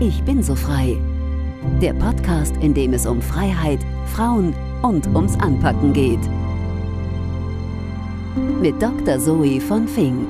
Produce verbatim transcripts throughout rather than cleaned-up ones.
Ich bin so frei. Der Podcast, in dem es um Freiheit, Frauen und ums Anpacken geht. Mit Doktor Zoe von Fink.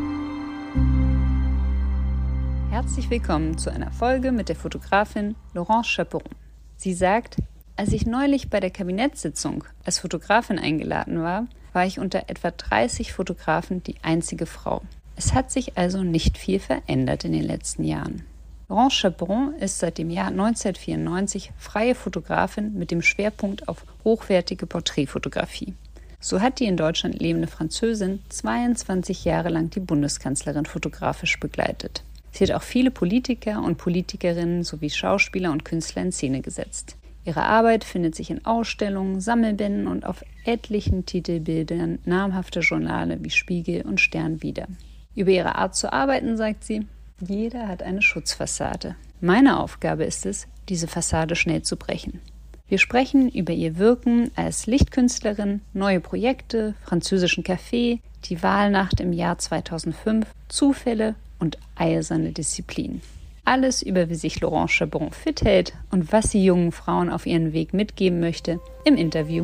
Herzlich willkommen zu einer Folge mit der Fotografin Laurence Chaperon. Sie sagt, als ich neulich bei der Kabinettssitzung als Fotografin eingeladen war, war ich unter etwa dreißig Fotografen die einzige Frau. Es hat sich also nicht viel verändert in den letzten Jahren. Laurence Chaperon ist seit dem Jahr neunzehnhundertvierundneunzig freie Fotografin mit dem Schwerpunkt auf hochwertige Porträtfotografie. So hat die in Deutschland lebende Französin zweiundzwanzig Jahre lang die Bundeskanzlerin fotografisch begleitet. Sie hat auch viele Politiker und Politikerinnen sowie Schauspieler und Künstler in Szene gesetzt. Ihre Arbeit findet sich in Ausstellungen, Sammelbänden und auf etlichen Titelbildern namhafter Journale wie Spiegel und Stern wieder. Über ihre Art zu arbeiten sagt sie, jeder hat eine Schutzfassade. Meine Aufgabe ist es, diese Fassade schnell zu brechen. Wir sprechen über ihr Wirken als Lichtkünstlerin, neue Projekte, französischen Café, die Wahlnacht im Jahr zweitausendfünf, Zufälle und eiserne Disziplin. Alles über wie sich Laurence Chaperon fit hält und was sie jungen Frauen auf ihren Weg mitgeben möchte im Interview.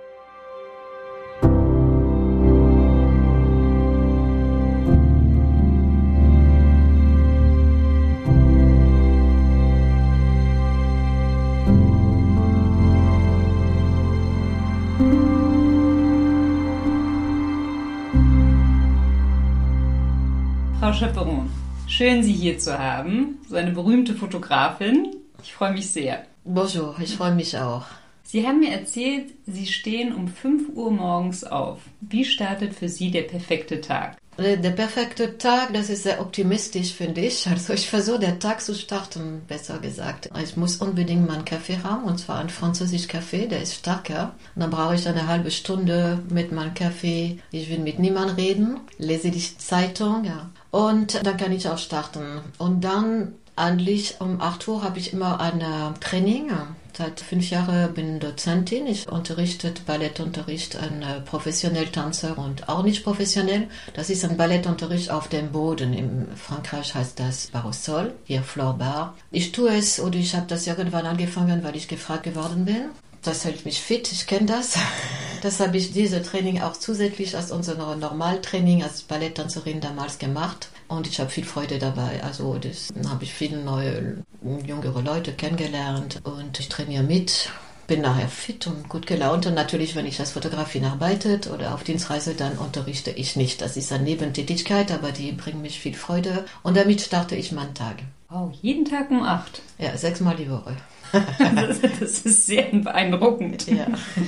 Frau Chaperon, schön, Sie hier zu haben, so eine berühmte Fotografin. Ich freue mich sehr. Bonjour, ich freue mich auch. Sie haben mir erzählt, Sie stehen um fünf Uhr morgens auf. Wie startet für Sie der perfekte Tag? Der perfekte Tag, das ist sehr optimistisch, finde ich. Also ich versuche, den Tag zu starten, besser gesagt. Ich muss unbedingt meinen Kaffee haben, und zwar einen französischen Kaffee, der ist stärker. Und dann brauche ich eine halbe Stunde mit meinem Kaffee. Ich will mit niemandem reden, lese die Zeitung, ja. Und dann kann ich auch starten. Und dann eigentlich um acht Uhr habe ich immer ein Training. Seit fünf Jahren bin ich Dozentin. Ich unterrichte Ballettunterricht an professionell Tänzer und auch nicht professionell. Das ist ein Ballettunterricht auf dem Boden. In Frankreich heißt das Parasol, hier Floor Bar. Ich tue es oder ich habe das irgendwann angefangen, weil ich gefragt geworden bin. Das hält mich fit, ich kenne das. Das habe ich dieses Training auch zusätzlich als unser Normaltraining als Balletttänzerin damals gemacht. Und ich habe viel Freude dabei. Also das habe ich viele neue, jüngere Leute kennengelernt. Und ich trainiere mit, bin nachher fit und gut gelaunt. Und natürlich, wenn ich als Fotografin arbeite oder auf Dienstreise, dann unterrichte ich nicht. Das ist eine Nebentätigkeit, aber die bringt mich viel Freude. Und damit starte ich meinen Tag. Oh, jeden Tag um acht? Ja, sechsmal die Woche. Das, das ist sehr beeindruckend. Ja.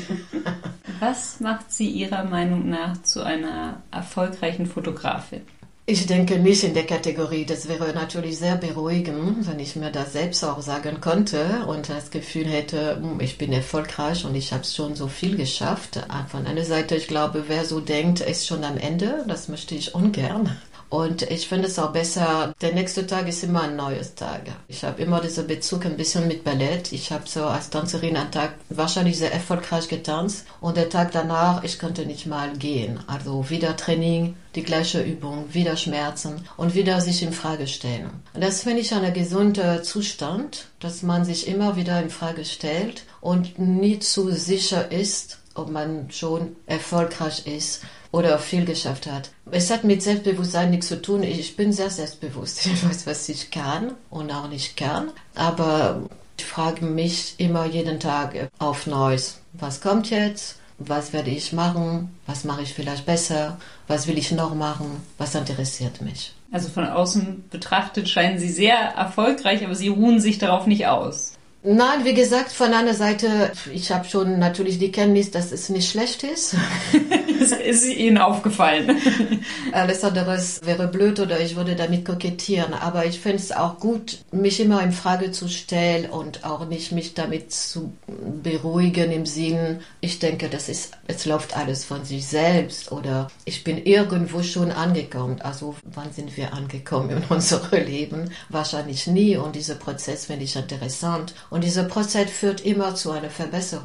Was macht Sie Ihrer Meinung nach zu einer erfolgreichen Fotografin? Ich denke nicht in der Kategorie. Das wäre natürlich sehr beruhigend, wenn ich mir das selbst auch sagen konnte und das Gefühl hätte, ich bin erfolgreich und ich habe schon so viel geschafft. Von einer Seite, ich glaube, wer so denkt, ist schon am Ende. Das möchte ich ungern. Und ich finde es auch besser, der nächste Tag ist immer ein neues Tag. Ich habe immer diesen Bezug ein bisschen mit Ballett. Ich habe so als Tänzerin einen Tag wahrscheinlich sehr erfolgreich getanzt. Und der Tag danach, ich konnte nicht mal gehen. Also wieder Training, die gleiche Übung, wieder Schmerzen und wieder sich in Frage stellen. Und das finde ich ein gesunder Zustand, dass man sich immer wieder in Frage stellt und nie zu sicher ist, ob man schon erfolgreich ist oder viel geschafft hat. Es hat mit Selbstbewusstsein nichts zu tun. Ich bin sehr selbstbewusst. Ich weiß, was ich kann und auch nicht kann. Aber ich frage mich immer jeden Tag auf Neues. Was kommt jetzt? Was werde ich machen? Was mache ich vielleicht besser? Was will ich noch machen? Was interessiert mich? Also von außen betrachtet scheinen Sie sehr erfolgreich, aber Sie ruhen sich darauf nicht aus. Nein, wie gesagt, von einer Seite, ich habe schon natürlich die Kenntnis, dass es nicht schlecht ist. Das ist Ihnen aufgefallen. Alles andere wäre blöd oder ich würde damit kokettieren. Aber ich finde es auch gut, mich immer in Frage zu stellen und auch nicht mich damit zu beruhigen im Sinn, ich denke, das ist, es läuft alles von sich selbst oder ich bin irgendwo schon angekommen. Also wann sind wir angekommen in unserem Leben? Wahrscheinlich nie und dieser Prozess finde ich interessant. Und dieser Prozess führt immer zu einer Verbesserung.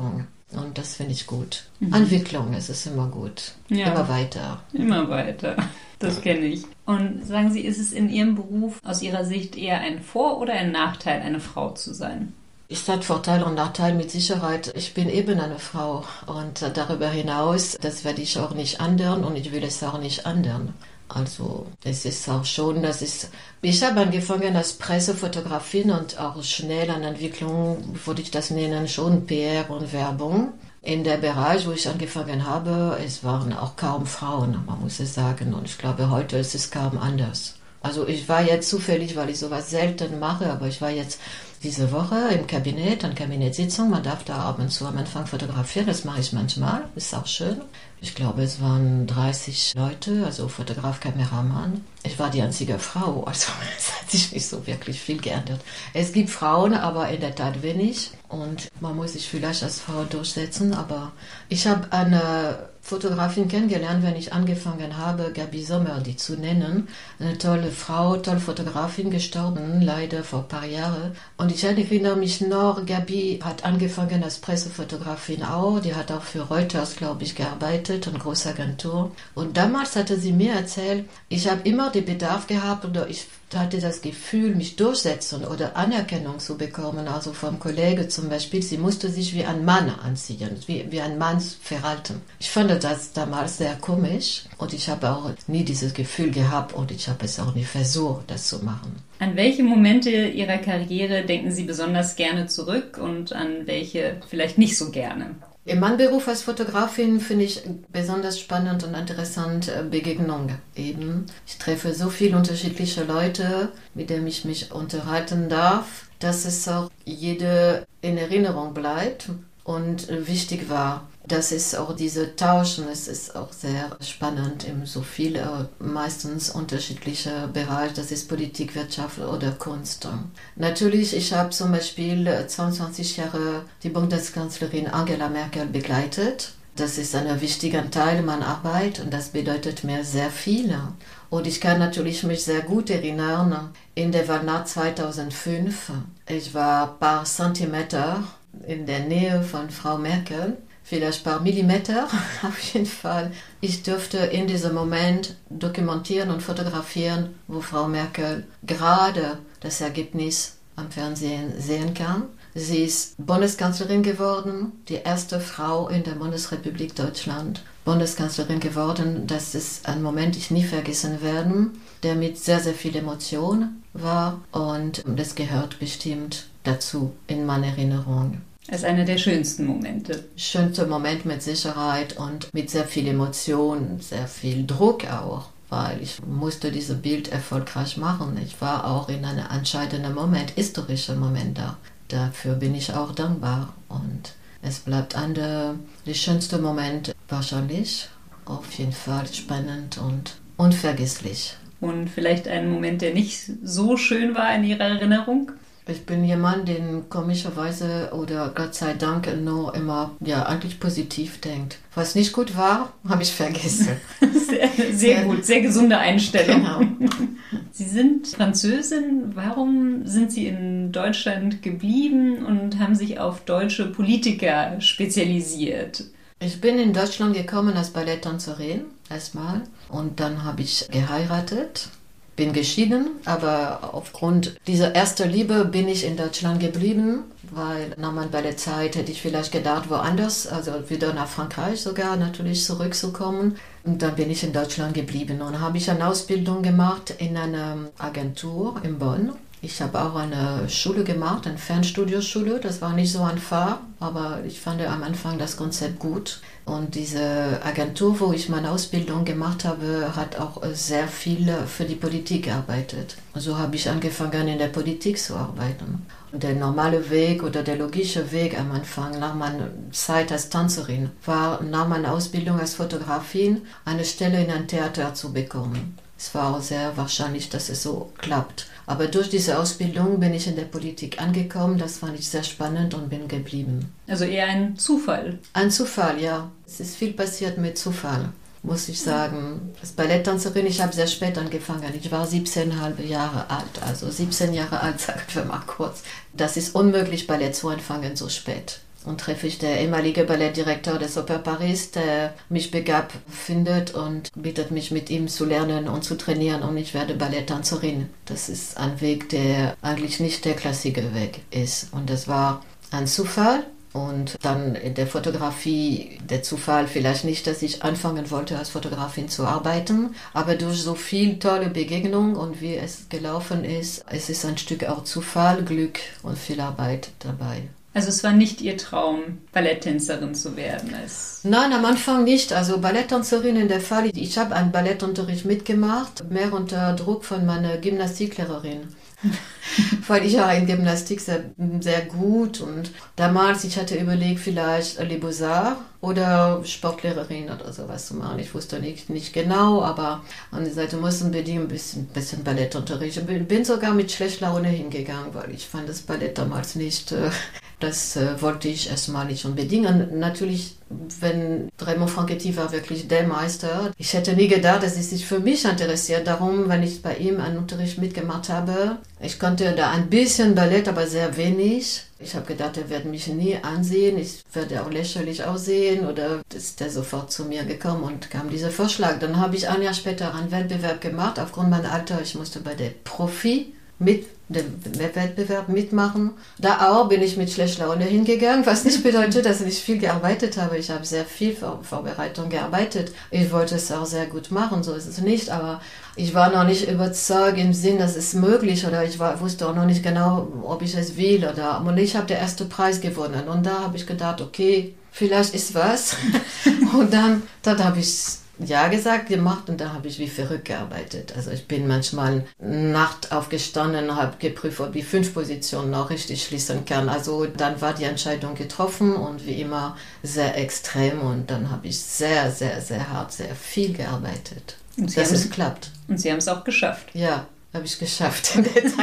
Und das finde ich gut. Mhm. Entwicklung, es ist immer gut. Ja. Immer weiter. Immer weiter. Das kenne ich. Und sagen Sie, ist es in Ihrem Beruf aus Ihrer Sicht eher ein Vor- oder ein Nachteil, eine Frau zu sein? Es hat Vorteile und Nachteile mit Sicherheit. Ich bin eben eine Frau und darüber hinaus, das werde ich auch nicht ändern und ich will es auch nicht ändern. Also es ist auch schon, das ist, ich habe angefangen als Pressefotografin und auch schnell an Entwicklung, würde ich das nennen, schon P R und Werbung. In der Bereich, wo ich angefangen habe, es waren auch kaum Frauen, man muss es sagen. Und ich glaube, heute ist es kaum anders. Also ich war jetzt zufällig, weil ich sowas selten mache, aber ich war jetzt diese Woche im Kabinett, an Kabinettssitzung. Man darf da ab und zu am Anfang fotografieren, das mache ich manchmal, ist auch schön. Ich glaube, es waren dreißig Leute, also Fotograf, Kameramann. Ich war die einzige Frau, also es hat sich nicht so wirklich viel geändert. Es gibt Frauen, aber in der Tat wenig. Und man muss sich vielleicht als Frau durchsetzen, aber ich habe eine Fotografin kennengelernt, wenn ich angefangen habe, Gabi Sommer, die zu nennen. Eine tolle Frau, tolle Fotografin, gestorben, leider vor ein paar Jahren. Und ich erinnere mich noch, Gabi hat angefangen als Pressefotografin auch. Die hat auch für Reuters, glaube ich, gearbeitet, eine große Agentur. Und damals hatte sie mir erzählt, ich habe immer den Bedarf gehabt oder ich hatte das Gefühl, mich durchsetzen oder Anerkennung zu bekommen, also vom Kollegen zum Beispiel. Sie musste sich wie ein Mann anziehen, wie, wie ein Mann verhalten. Ich fand das damals sehr komisch und ich habe auch nie dieses Gefühl gehabt und ich habe es auch nie versucht, das zu machen. An welche Momente Ihrer Karriere denken Sie besonders gerne zurück und an welche vielleicht nicht so gerne? In meinem Beruf als Fotografin finde ich besonders spannend und interessant Begegnungen eben. Ich treffe so viele unterschiedliche Leute, mit denen ich mich unterhalten darf, dass es auch jede in Erinnerung bleibt und wichtig war. Das ist auch diese Tauschen, es ist auch sehr spannend in so viele, meistens unterschiedliche Bereiche, das ist Politik, Wirtschaft oder Kunst. Natürlich, ich habe zum Beispiel zweiundzwanzig Jahre die Bundeskanzlerin Angela Merkel begleitet. Das ist ein wichtiger Teil meiner Arbeit und das bedeutet mir sehr viel. Und ich kann natürlich mich sehr gut erinnern, in der Wahlnacht zweitausendfünf, ich war ein paar Zentimeter in der Nähe von Frau Merkel, vielleicht ein paar Millimeter, auf jeden Fall. Ich durfte in diesem Moment dokumentieren und fotografieren, wo Frau Merkel gerade das Ergebnis am Fernsehen sehen kann. Sie ist Bundeskanzlerin geworden, die erste Frau in der Bundesrepublik Deutschland. Bundeskanzlerin geworden, das ist ein Moment, den ich nie vergessen werde, der mit sehr, sehr viel Emotion war und das gehört bestimmt dazu in meiner Erinnerung. Das ist einer der schönsten Momente. Schönster Moment mit Sicherheit und mit sehr viel Emotion, sehr viel Druck auch, weil ich musste dieses Bild erfolgreich machen. Ich war auch in einem entscheidenden Moment, historischen Moment da. Dafür bin ich auch dankbar und es bleibt einer der schönsten Momente wahrscheinlich. Auf jeden Fall spannend und unvergesslich. Und vielleicht ein Moment, der nicht so schön war in Ihrer Erinnerung? Ich bin jemand, der komischerweise oder Gott sei Dank nur immer ja, eigentlich positiv denkt. Was nicht gut war, habe ich vergessen. Sehr, sehr gut, sehr gesunde Einstellung. Genau. Sie sind Französin. Warum sind Sie in Deutschland geblieben und haben sich auf deutsche Politiker spezialisiert? Ich bin in Deutschland gekommen als Balletttänzerin erstmal und dann habe ich geheiratet. Bin geschieden, aber aufgrund dieser ersten Liebe bin ich in Deutschland geblieben, weil nochmal bei der Zeit hätte ich vielleicht gedacht, woanders, also wieder nach Frankreich sogar natürlich zurückzukommen. Und dann bin ich in Deutschland geblieben und habe ich eine Ausbildung gemacht in einer Agentur in Bonn. Ich habe auch eine Schule gemacht, eine Fernstudioschule. Das war nicht so einfach, aber ich fand am Anfang das Konzept gut. Und diese Agentur, wo ich meine Ausbildung gemacht habe, hat auch sehr viel für die Politik gearbeitet. So habe ich angefangen, in der Politik zu arbeiten. Und der normale Weg oder der logische Weg am Anfang, nach meiner Zeit als Tänzerin, war nach meiner Ausbildung als Fotografin eine Stelle in einem Theater zu bekommen. Es war auch sehr wahrscheinlich, dass es so klappt. Aber durch diese Ausbildung bin ich in der Politik angekommen. Das fand ich sehr spannend und bin geblieben. Also eher ein Zufall? Ein Zufall, ja. Es ist viel passiert mit Zufall, muss ich sagen. Als Balletttänzerin, ich habe sehr spät angefangen. Ich war siebzehn Komma fünf Jahre alt, also siebzehn Jahre alt, sagen wir mal kurz. Das ist unmöglich, Ballett zu anfangen so spät. und treffe ich den ehemaligen Ballettdirektor des Oper Paris, der mich begabt findet und bittet mich, mit ihm zu lernen und zu trainieren, und ich werde Balletttänzerin. Das ist ein Weg, der eigentlich nicht der klassische Weg ist, und das war ein Zufall. Und dann in der Fotografie, der Zufall vielleicht nicht, dass ich anfangen wollte, als Fotografin zu arbeiten, aber durch so viel tolle Begegnungen und wie es gelaufen ist, es ist ein Stück auch Zufall, Glück und viel Arbeit dabei. Also es war nicht Ihr Traum, Balletttänzerin zu werden? Als Nein, am Anfang nicht. Also Balletttänzerin in der Fall, ich habe einen Ballettunterricht mitgemacht, mehr unter Druck von meiner Gymnastiklehrerin. Weil ich ja in Gymnastik sehr, sehr gut, und damals, ich hatte überlegt, vielleicht Les Beaux-Arts oder Sportlehrerin oder sowas zu machen. Ich wusste nicht, nicht genau, aber an der Seite musste unbedingt ein bisschen, bisschen Ballettunterricht. Ich bin, bin sogar mit schlechter Laune hingegangen, weil ich fand das Ballett damals nicht, äh, das äh, wollte ich erstmal nicht unbedingt. Und natürlich, wenn Raymond Franchetti war wirklich der Meister. Ich hätte nie gedacht, dass er sich für mich interessiert. Darum, wenn ich bei ihm einen Unterricht mitgemacht habe, ich konnte da ein bisschen Ballett, aber sehr wenig. Ich habe gedacht, er wird mich nie ansehen, ich werde auch lächerlich aussehen, oder ist er sofort zu mir gekommen und kam dieser Vorschlag. Dann habe ich ein Jahr später einen Wettbewerb gemacht, aufgrund meines Alters. Ich musste bei der Profi mit dem Wettbewerb mitmachen. Da auch bin ich mit schlechter Laune hingegangen, was nicht bedeutet, dass ich viel gearbeitet habe. Ich habe sehr viel Vor- Vorbereitung gearbeitet. Ich wollte es auch sehr gut machen, so ist es nicht, aber ich war noch nicht überzeugt im Sinn, dass es möglich, oder ich war, wusste auch noch nicht genau, ob ich es will. Oder, und ich habe den ersten Preis gewonnen, und da habe ich gedacht, okay, vielleicht ist was. Und dann, dann habe ich ja gesagt, gemacht, und da habe ich wie verrückt gearbeitet. Also ich bin manchmal Nacht aufgestanden, habe geprüft, ob ich fünf Positionen noch richtig schließen kann. Also dann war die Entscheidung getroffen, und wie immer sehr extrem, und dann habe ich sehr, sehr, sehr hart, sehr viel gearbeitet. Und dass es klappt. Und Sie haben es auch geschafft. Ja, habe ich geschafft.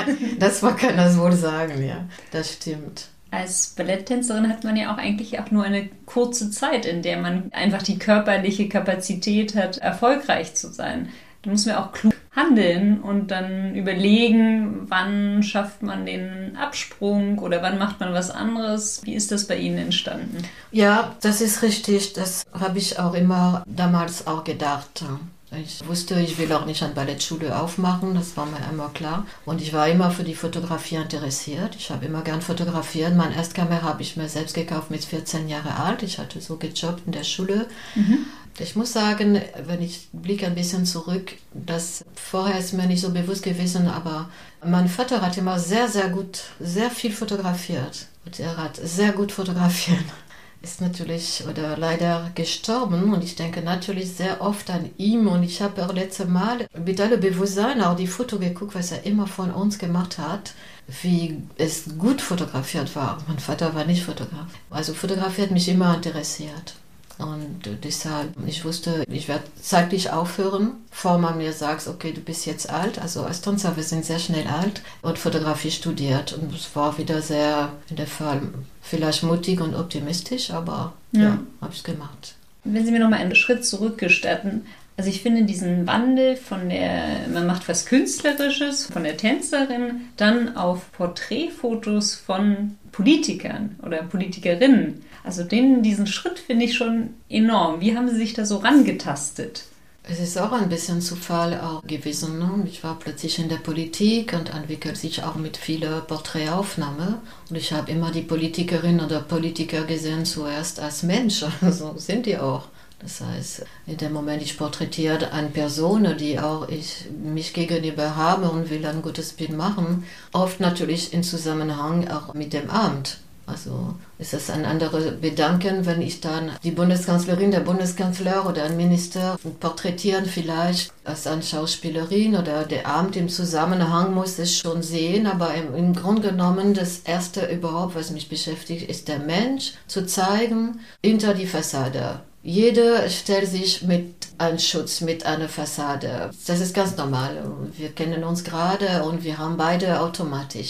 Das man kann das wohl sagen, ja, das stimmt. Als Balletttänzerin hat man ja auch eigentlich auch nur eine kurze Zeit, in der man einfach die körperliche Kapazität hat, erfolgreich zu sein. Da muss man auch klug handeln und dann überlegen, wann schafft man den Absprung oder wann macht man was anderes. Wie ist das bei Ihnen entstanden? Ja, das ist richtig. Das habe ich auch immer damals auch gedacht. Ich wusste, ich will auch nicht eine Ballettschule aufmachen, das war mir immer klar. Und ich war immer für die Fotografie interessiert. Ich habe immer gern fotografiert. Meine Erstkamera habe ich mir selbst gekauft mit vierzehn Jahren alt. Ich hatte so gejobbt in der Schule. Mhm. Ich muss sagen, wenn ich blicke ein bisschen zurück, das vorher ist mir nicht so bewusst gewesen, aber mein Vater hat immer sehr, sehr gut, sehr viel fotografiert. Und er hat sehr gut fotografiert. Ist natürlich oder leider gestorben, und ich denke natürlich sehr oft an ihn, und ich habe auch letztes Mal mit allem Bewusstsein auch die Foto geguckt, was er immer von uns gemacht hat, wie es gut fotografiert war. Mein Vater war nicht Fotograf. Also Fotografie hat mich immer interessiert. Und deshalb, ich wusste, ich werde zeitlich aufhören, bevor man mir sagt, okay, du bist jetzt alt. Also als Tänzer, wir sind sehr schnell alt, und Fotografie studiert. Und es war wieder sehr, in der Fall, vielleicht mutig und optimistisch, aber ja, ja habe ich gemacht. Wenn Sie mir noch mal einen Schritt zurückgestatten, also ich finde diesen Wandel von der, man macht was Künstlerisches, von der Tänzerin, dann auf Porträtfotos von Politikern oder Politikerinnen. Also den, diesen Schritt finde ich schon enorm. Wie haben Sie sich da so rangetastet? Es ist auch ein bisschen Zufall auch gewesen. Ne? Ich war plötzlich in der Politik und entwickelt sich auch mit vielen Porträtaufnahmen. Und ich habe immer die Politikerin oder Politiker gesehen zuerst als Mensch. So sind die auch. Das heißt, in dem Moment, ich porträtiere eine Person, die auch ich mich gegenüber habe und will ein gutes Bild machen, oft natürlich in Zusammenhang auch mit dem Amt. Also ist es ein anderer Bedanken, wenn ich dann die Bundeskanzlerin, der Bundeskanzler oder ein Minister porträtieren, vielleicht als eine Schauspielerin oder der Amt im Zusammenhang muss es schon sehen, aber im, im Grunde genommen das Erste überhaupt, was mich beschäftigt, ist der Mensch zu zeigen hinter die Fassade. Jeder stellt sich mit einem Schutz, mit einer Fassade. Das ist ganz normal. Wir kennen uns gerade und wir haben beide automatisch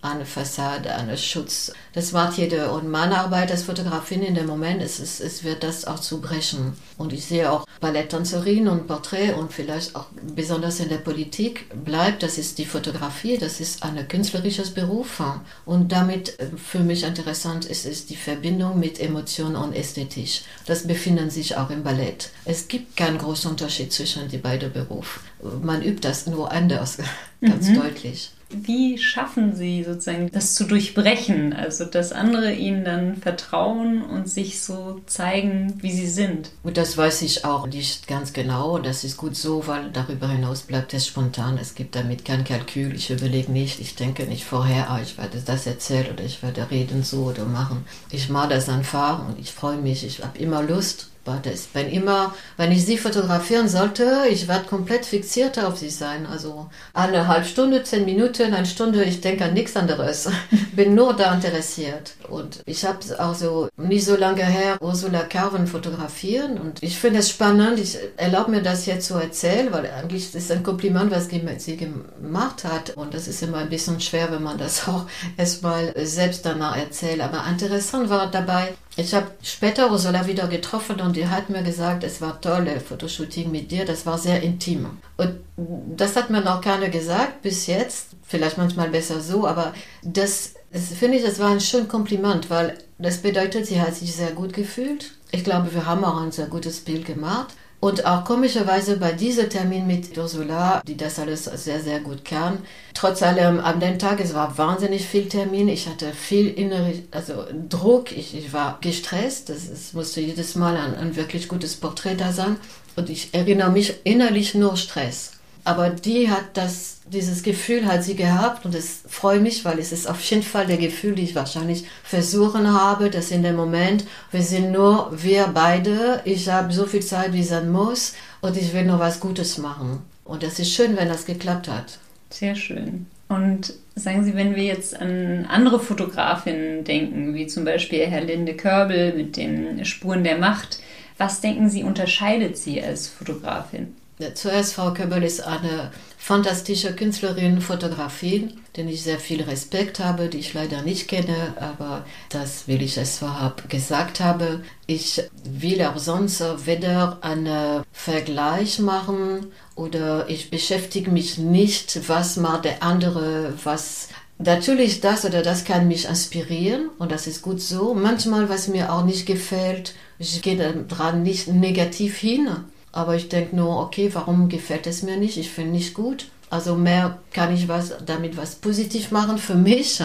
eine Fassade, einen Schutz. Das macht jeder. Und meine Arbeit als Fotografin in dem Moment ist es, es wird das auch zu brechen. Und ich sehe auch Balletttänzerin und Porträt und vielleicht auch besonders in der Politik bleibt, das ist die Fotografie, das ist ein künstlerisches Beruf. Und damit für mich interessant ist, ist die Verbindung mit Emotion und Ästhetik. Das befindet sich auch im Ballett. Es gibt keinen großen Unterschied zwischen die beiden Berufe. Man übt das nur anders, ganz mhm. deutlich. Wie schaffen Sie sozusagen das zu durchbrechen, also dass andere Ihnen dann vertrauen und sich so zeigen, wie sie sind? Und das weiß ich auch nicht ganz genau. Das ist gut so, weil darüber hinaus bleibt es spontan. Es gibt damit kein Kalkül. Ich überlege nicht, ich denke nicht vorher, ah, ich werde das erzählen oder ich werde reden so oder machen. Ich mache das einfach und ich freue mich. Ich habe immer Lust. Das, wenn immer, wenn ich sie fotografieren sollte, ich werde komplett fixiert auf sie sein. Also eine halbe Stunde, zehn Minuten, eine Stunde, ich denke an nichts anderes. Bin nur da interessiert. Und ich habe auch so nicht so lange her Ursula Carven fotografieren und ich finde es spannend. Ich erlaube mir das jetzt zu erzählen, weil eigentlich ist es ein Kompliment, was sie gemacht hat. Und das ist immer ein bisschen schwer, wenn man das auch erstmal selbst danach erzählt. Aber interessant war dabei, ich habe später Ursula wieder getroffen und die hat mir gesagt, es war toll, Fotoshooting mit dir, das war sehr intim. Und das hat mir noch keiner gesagt bis jetzt, vielleicht manchmal besser so, aber das, das finde ich, das war ein schönes Kompliment, weil das bedeutet, sie hat sich sehr gut gefühlt. Ich glaube, wir haben auch ein sehr gutes Bild gemacht. Und auch komischerweise bei diesem Termin mit Ursula, die das alles sehr, sehr gut kann. Trotz allem, an dem Tag, es war wahnsinnig viel Termin. Ich hatte viel innere, also Druck. Ich, ich war gestresst. Das, es musste jedes Mal ein, ein wirklich gutes Porträt da sein. Und ich erinnere mich innerlich nur Stress. Aber die hat das, dieses Gefühl hat sie gehabt und es freut mich, weil es ist auf jeden Fall der Gefühl, die ich wahrscheinlich versuchen habe, dass in dem Moment, wir sind nur wir beide, ich habe so viel Zeit, wie sein muss und ich will nur was Gutes machen. Und das ist schön, wenn das geklappt hat. Sehr schön. Und sagen Sie, wenn wir jetzt an andere Fotografinnen denken, wie zum Beispiel Herr Linde Körbel mit den Spuren der Macht, was denken Sie, unterscheidet Sie als Fotografin? Zuerst, Frau Körbel ist eine fantastische Künstlerin, Fotografin, den ich sehr viel Respekt habe, die ich leider nicht kenne, aber das will ich es vorab gesagt habe. Ich will auch sonst weder einen Vergleich machen oder ich beschäftige mich nicht, was macht der andere, was... Natürlich das oder das kann mich inspirieren und das ist gut so. Manchmal, was mir auch nicht gefällt, ich gehe daran nicht negativ hin. Aber ich denke nur, okay, warum gefällt es mir nicht? Ich finde nicht gut. Also mehr kann ich was damit was positiv machen für mich.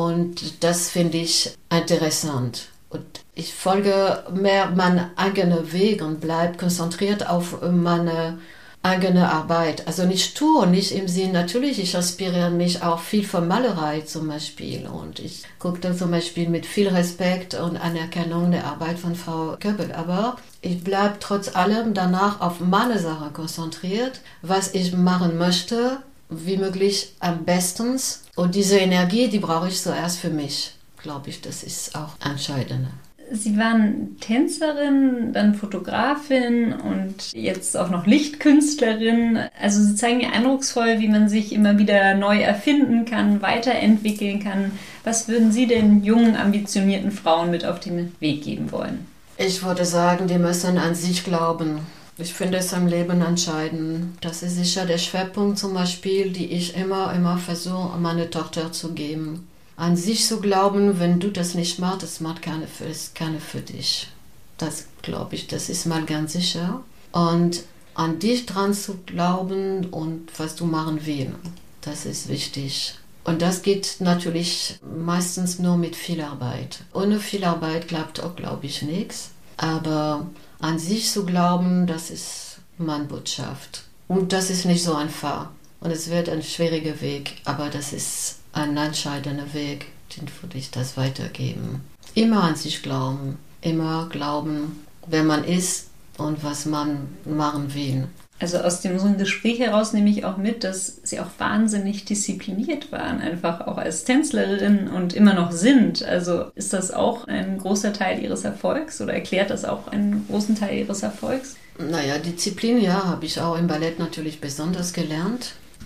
Und das finde ich interessant. Und ich folge mehr meinen eigenen Weg und bleibe konzentriert auf meine eigene Arbeit. Also nicht tue, nicht im Sinn, natürlich, ich inspiriere mich auch viel von Malerei zum Beispiel. Und ich gucke da zum Beispiel mit viel Respekt und Anerkennung der Arbeit von Frau Körbel. Aber ich bleibe trotz allem danach auf meine Sache konzentriert, was ich machen möchte, wie möglich am besten. Und diese Energie, die brauche ich zuerst für mich, glaube ich, das ist auch entscheidend. Sie waren Tänzerin, dann Fotografin und jetzt auch noch Lichtkünstlerin. Also Sie zeigen ja eindrucksvoll, wie man sich immer wieder neu erfinden kann, weiterentwickeln kann. Was würden Sie den jungen, ambitionierten Frauen mit auf den Weg geben wollen? Ich würde sagen, die müssen an sich glauben. Ich finde es im Leben entscheidend. Das ist sicher der Schwerpunkt zum Beispiel, die ich immer, immer versuche, meine Tochter zu geben. An sich zu glauben, wenn du das nicht machst, das macht keine für, ist keine für dich. Das glaube ich, das ist mal ganz sicher. Und an dich dran zu glauben und was du machen willst, das ist wichtig. Und das geht natürlich meistens nur mit viel Arbeit. Ohne viel Arbeit klappt auch, glaube ich, nichts. Aber an sich zu glauben, das ist meine Botschaft. Und das ist nicht so einfach. Und es wird ein schwieriger Weg, aber das ist ein entscheidender Weg, den würde ich das weitergeben. Immer an sich glauben, immer glauben, wer man ist und was man machen will. Also aus dem so einem Gespräch heraus nehme ich auch mit, dass Sie auch wahnsinnig diszipliniert waren, einfach auch als Tänzerin und immer noch sind. Also ist das auch ein großer Teil Ihres Erfolgs oder erklärt das auch einen großen Teil Ihres Erfolgs? Naja, Disziplin, ja, habe ich auch im Ballett natürlich besonders gelernt.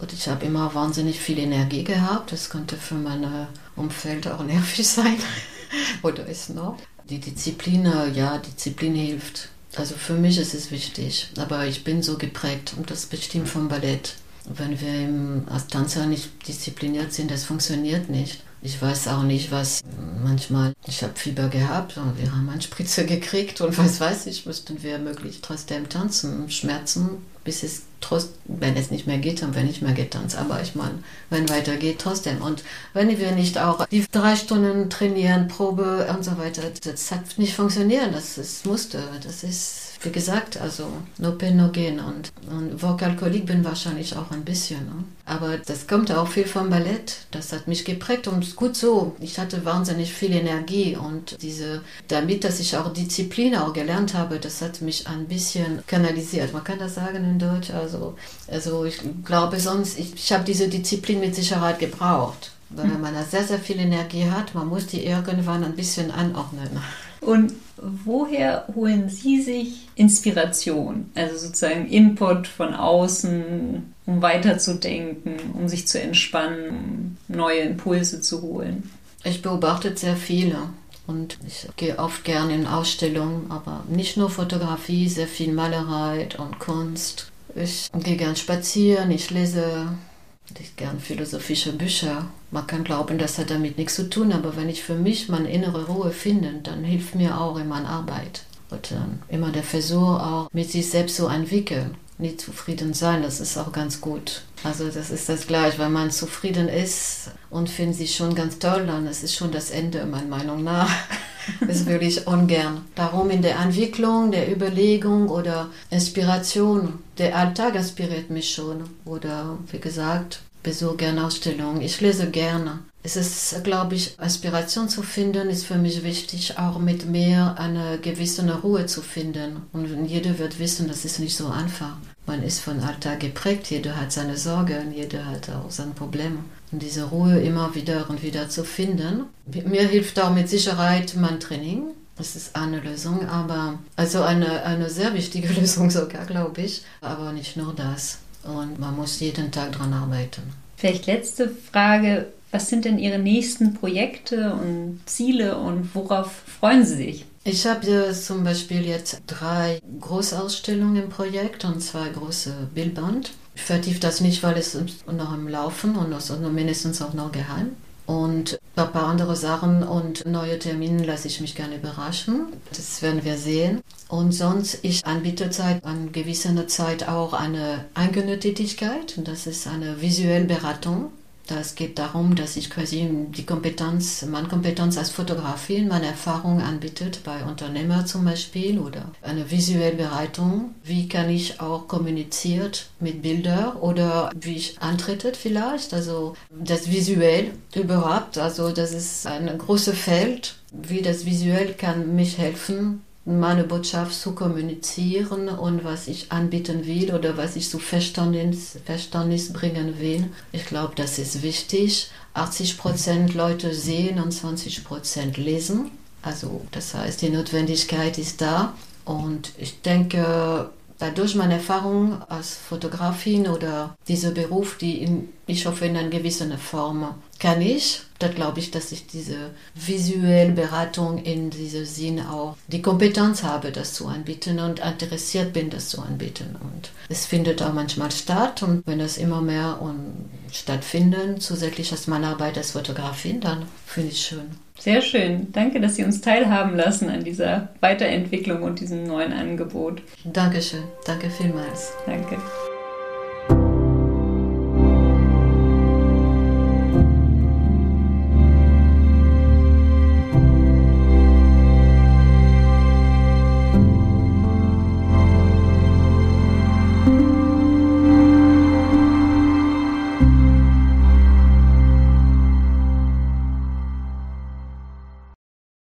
Und ich habe immer wahnsinnig viel Energie gehabt. Das könnte für mein Umfeld auch nervig sein. Oder ist noch. Die Disziplin, ja, Disziplin hilft. Also für mich ist es wichtig. Aber ich bin so geprägt und das bestimmt vom Ballett. Wenn wir im, als Tänzer nicht diszipliniert sind, das funktioniert nicht. Ich weiß auch nicht, was manchmal, ich habe Fieber gehabt und wir haben eine Spritze gekriegt und was weiß ich, müssten wir möglichst trotzdem tanzen, Schmerzen, bis es trotzdem, wenn es nicht mehr geht, dann wenn nicht mehr getanzt. Aber ich meine, wenn weiter geht, trotzdem. Und wenn wir nicht auch die drei Stunden trainieren, Probe und so weiter, das hat nicht funktioniert, das ist musste, das ist, wie gesagt, also no pain, no gain. Und, und Vokalkolik bin wahrscheinlich auch ein bisschen. Ne? Aber das kommt auch viel vom Ballett. Das hat mich geprägt und gut so. Ich hatte wahnsinnig viel Energie und diese, damit, dass ich auch Disziplin auch gelernt habe, das hat mich ein bisschen kanalisiert. Man kann das sagen in Deutsch. Also, also ich glaube sonst, ich, ich habe diese Disziplin mit Sicherheit gebraucht. Weil wenn man sehr, sehr viel Energie hat, man muss die irgendwann ein bisschen anordnen. Und woher holen Sie sich Inspiration, also sozusagen Input von außen, um weiterzudenken, um sich zu entspannen, neue Impulse zu holen? Ich beobachte sehr viele und ich gehe oft gerne in Ausstellungen, aber nicht nur Fotografie, sehr viel Malerei und Kunst. Ich gehe gern spazieren, ich lese ich gern philosophische Bücher. Man kann glauben, das hat damit nichts zu tun, aber wenn ich für mich meine innere Ruhe finde, dann hilft mir auch in meiner Arbeit. Und dann immer der Versuch auch mit sich selbst zu entwickeln. Nicht zufrieden sein, das ist auch ganz gut. Also das ist das Gleiche, wenn man zufrieden ist und findet sich schon ganz toll, dann ist es schon das Ende, meiner Meinung nach. Das würde ich ungern. Darum in der Entwicklung, der Überlegung oder Inspiration, der Alltag inspiriert mich schon. Oder wie gesagt, besuche gerne Ausstellungen. Ich lese gerne. Es ist, glaube ich, Inspiration zu finden, ist für mich wichtig, auch mit mehr eine gewisse Ruhe zu finden. Und jeder wird wissen, das ist nicht so einfach. Man ist von Alltag geprägt, jeder hat seine Sorgen, jeder hat auch seine Probleme. Und diese Ruhe immer wieder und wieder zu finden. Mir hilft auch mit Sicherheit mein Training. Das ist eine Lösung, aber also eine, eine sehr wichtige Lösung sogar, glaube ich. Aber nicht nur das. Und man muss jeden Tag daran arbeiten. Vielleicht letzte Frage. Was sind denn Ihre nächsten Projekte und Ziele und worauf freuen Sie sich? Ich habe zum Beispiel jetzt drei Großausstellungen im Projekt und zwei große Bildband. Ich vertiefe das nicht, weil es noch im Laufen und also mindestens auch noch geheim. Und ein paar andere Sachen und neue Termine lasse ich mich gerne überraschen. Das werden wir sehen. Und sonst, ich anbiete Zeit, an gewisser Zeit auch eine eigene Tätigkeit. Das ist eine visuelle Beratung. Es geht darum, dass ich quasi die Kompetenz, meine Kompetenz als Fotografin, meine Erfahrung anbietet bei Unternehmern zum Beispiel oder eine visuelle Beratung. Wie kann ich auch kommuniziert mit Bildern oder wie ich antrete vielleicht, also das visuell überhaupt, also das ist ein großes Feld, wie das visuell kann mich helfen, meine Botschaft zu kommunizieren und was ich anbieten will oder was ich zu Verständnis, Verständnis bringen will. Ich glaube, das ist wichtig. achtzig Prozent Leute sehen und zwanzig Prozent lesen. Also das heißt, die Notwendigkeit ist da. Und ich denke, dadurch meine Erfahrung als Fotografin oder dieser Beruf, die in, ich hoffe in einer gewissen Form kann ich, da glaube ich, dass ich diese visuelle Beratung in diesem Sinn auch die Kompetenz habe, das zu anbieten und interessiert bin, das zu anbieten. Und es findet auch manchmal statt und wenn es immer mehr und stattfindet, zusätzlich als meine Arbeit als Fotografin, dann finde ich schön. Sehr schön. Danke, dass Sie uns teilhaben lassen an dieser Weiterentwicklung und diesem neuen Angebot. Dankeschön. Danke vielmals. Danke.